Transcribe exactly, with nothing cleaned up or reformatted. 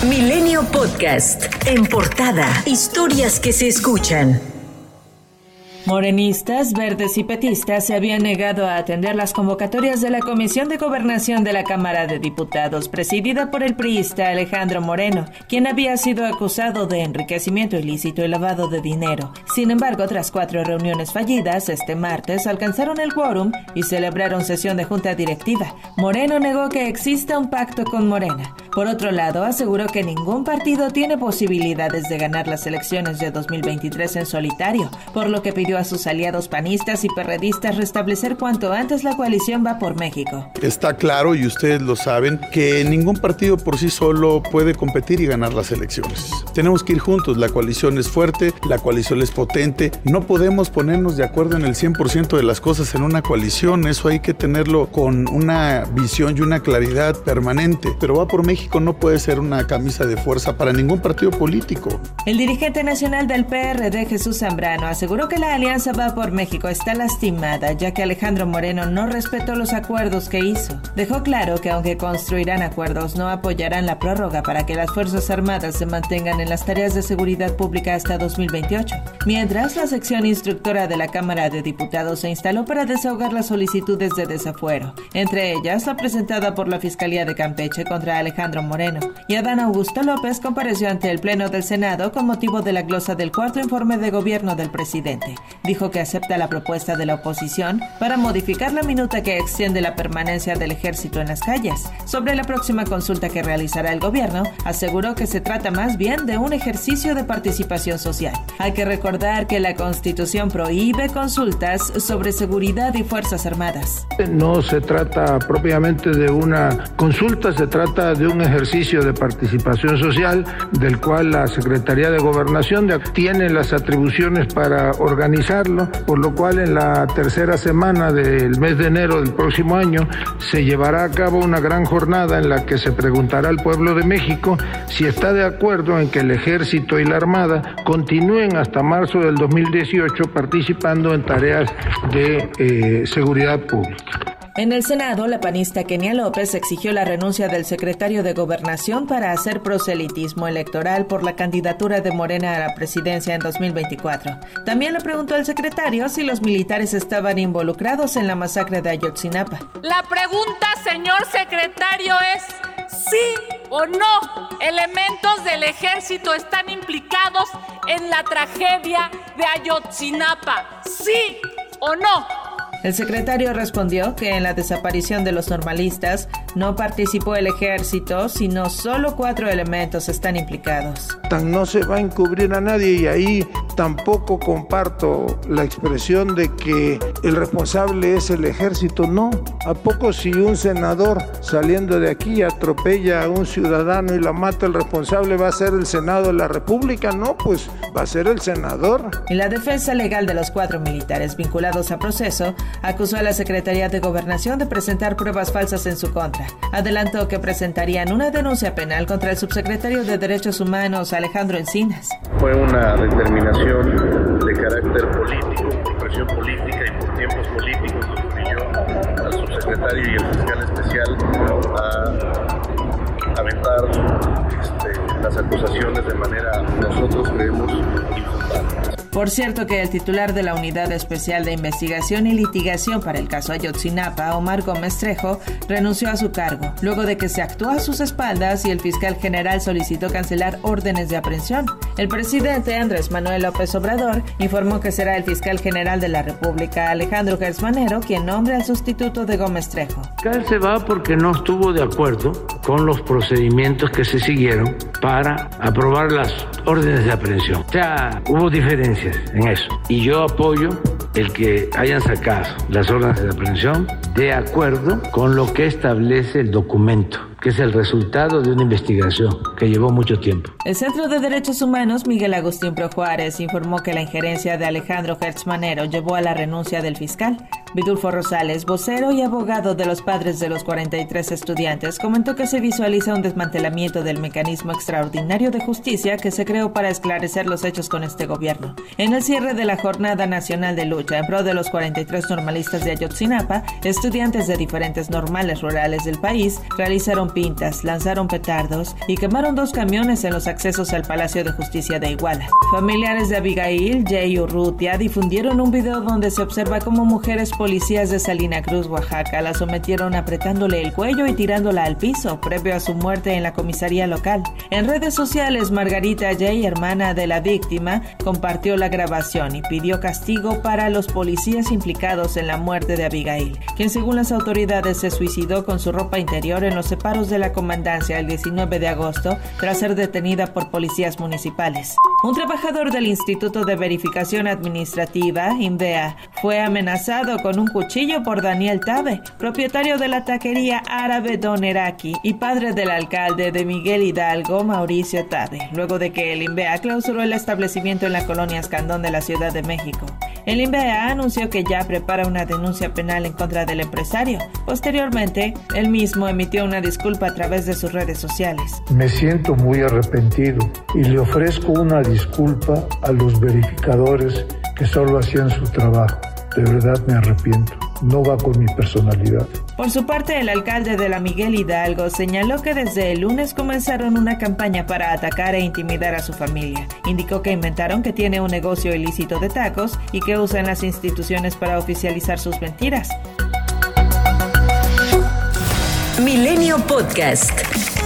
Milenio Podcast. En portada, historias que se escuchan. Morenistas, verdes y petistas se habían negado a atender las convocatorias de la Comisión de Gobernación de la Cámara de Diputados, presidida por el priista Alejandro Moreno, quien había sido acusado de enriquecimiento ilícito y lavado de dinero. Sin embargo, tras cuatro reuniones fallidas, este martes alcanzaron el quórum y celebraron sesión de junta directiva. Moreno negó que exista un pacto con Morena. Por otro lado, aseguró que ningún partido tiene posibilidades de ganar las elecciones de dos mil veintitrés en solitario, por lo que pidió a sus aliados panistas y perredistas restablecer cuanto antes la coalición Va por México. Está claro, y ustedes lo saben, que ningún partido por sí solo puede competir y ganar las elecciones. Tenemos que ir juntos, la coalición es fuerte, la coalición es potente, no podemos ponernos de acuerdo en el cien por ciento de las cosas en una coalición, eso hay que tenerlo con una visión y una claridad permanente, pero Va por México no puede ser una camisa de fuerza para ningún partido político. El dirigente nacional del P R D, Jesús Zambrano, aseguró que la alianza Va por México está lastimada, ya que Alejandro Moreno no respetó los acuerdos que hizo. Dejó claro que aunque construirán acuerdos, no apoyarán la prórroga para que las Fuerzas Armadas se mantengan en las tareas de seguridad pública hasta dos mil veintiocho. Mientras, la sección instructora de la Cámara de Diputados se instaló para desahogar las solicitudes de desafuero, entre ellas la presentada por la Fiscalía de Campeche contra Alejandro Moreno. Y Adán Augusto López compareció ante el Pleno del Senado con motivo de la glosa del cuarto informe de gobierno del presidente. Dijo que acepta la propuesta de la oposición para modificar la minuta que extiende la permanencia del ejército en las calles. Sobre la próxima consulta que realizará el gobierno, aseguró que se trata más bien de un ejercicio de participación social. Hay que recordar que la Constitución prohíbe consultas sobre seguridad y Fuerzas Armadas. No se trata propiamente de una consulta, se trata de un ejercicio de participación social del cual la Secretaría de Gobernación tiene las atribuciones para organizar, por lo cual en la tercera semana del mes de enero del próximo año se llevará a cabo una gran jornada en la que se preguntará al pueblo de México si está de acuerdo en que el Ejército y la Armada continúen hasta marzo del dos mil dieciocho participando en tareas de eh, seguridad pública. En el Senado, la panista Kenia López exigió la renuncia del secretario de Gobernación para hacer proselitismo electoral por la candidatura de Morena a la presidencia en dos mil veinticuatro. También le preguntó al secretario si los militares estaban involucrados en la masacre de Ayotzinapa. La pregunta, señor secretario, es ¿sí o no elementos del ejército están implicados en la tragedia de Ayotzinapa? ¿Sí o no? El secretario respondió que en la desaparición de los normalistas no participó el ejército, sino solo cuatro elementos están implicados. No se va a encubrir a nadie y ahí tampoco comparto la expresión de que el responsable es el ejército. No, ¿a poco si un senador saliendo de aquí atropella a un ciudadano y la mata, el responsable va a ser el Senado de la República? No, pues va a ser el senador. Y la defensa legal de los cuatro militares vinculados a proceso acusó a la Secretaría de Gobernación de presentar pruebas falsas en su contra. Adelantó que presentarían una denuncia penal contra el subsecretario de Derechos Humanos, Alejandro Encinas. Fue una determinación de carácter político, por presión política y por tiempos políticos, lo que obligó al subsecretario y al fiscal especial a aventar este, las acusaciones de manera, nosotros creemos, infundada. Por cierto que el titular de la Unidad Especial de Investigación y Litigación para el caso Ayotzinapa, Omar Gómez Trejo, renunció a su cargo, luego de que se actuó a sus espaldas y el fiscal general solicitó cancelar órdenes de aprehensión. El presidente Andrés Manuel López Obrador informó que será el fiscal general de la República, Alejandro Gertz Manero, quien nombre al sustituto de Gómez Trejo. Él se va porque no estuvo de acuerdo con los procedimientos que se siguieron para aprobar las órdenes de aprehensión. O sea, hubo diferencias en eso. Y yo apoyo el que hayan sacado las órdenes de aprehensión de acuerdo con lo que establece el documento, que es el resultado de una investigación que llevó mucho tiempo. El Centro de Derechos Humanos Miguel Agustín Pro Juárez informó que la injerencia de Alejandro Gertz Manero llevó a la renuncia del fiscal. Vidulfo Rosales, vocero y abogado de los padres de los cuarenta y tres estudiantes, comentó que se visualiza un desmantelamiento del mecanismo extraordinario de justicia que se creó para esclarecer los hechos con este gobierno. En el cierre de la Jornada Nacional de Lucha en pro de los cuarenta y tres normalistas de Ayotzinapa, este estudiantes de diferentes normales rurales del país realizaron pintas, lanzaron petardos y quemaron dos camiones en los accesos al Palacio de Justicia de Iguala. Familiares de Abigail, Jay Urrutia difundieron un video donde se observa cómo mujeres policías de Salina Cruz, Oaxaca, la sometieron apretándole el cuello y tirándola al piso, previo a su muerte en la comisaría local. En redes sociales, Margarita Jay, hermana de la víctima, compartió la grabación y pidió castigo para los policías implicados en la muerte de Abigail, quien según las autoridades se suicidó con su ropa interior en los separos de la comandancia el diecinueve de agosto tras ser detenida por policías municipales. Un trabajador del Instituto de Verificación Administrativa, INVEA, fue amenazado con un cuchillo por Daniel Tabe, propietario de la taquería árabe Don Eraki y padre del alcalde de Miguel Hidalgo, Mauricio Tabe, luego de que el INVEA clausuró el establecimiento en la colonia Escandón de la Ciudad de México. El INVEA anunció que ya prepara una denuncia penal en contra del empresario. Posteriormente, él mismo emitió una disculpa a través de sus redes sociales. Me siento muy arrepentido y le ofrezco una disculpa a los verificadores que solo hacían su trabajo. De verdad me arrepiento. No va con mi personalidad. Por su parte, el alcalde de la Miguel Hidalgo señaló que desde el lunes comenzaron una campaña para atacar e intimidar a su familia. Indicó que inventaron que tiene un negocio ilícito de tacos y que usan las instituciones para oficializar sus mentiras. Milenio Podcast.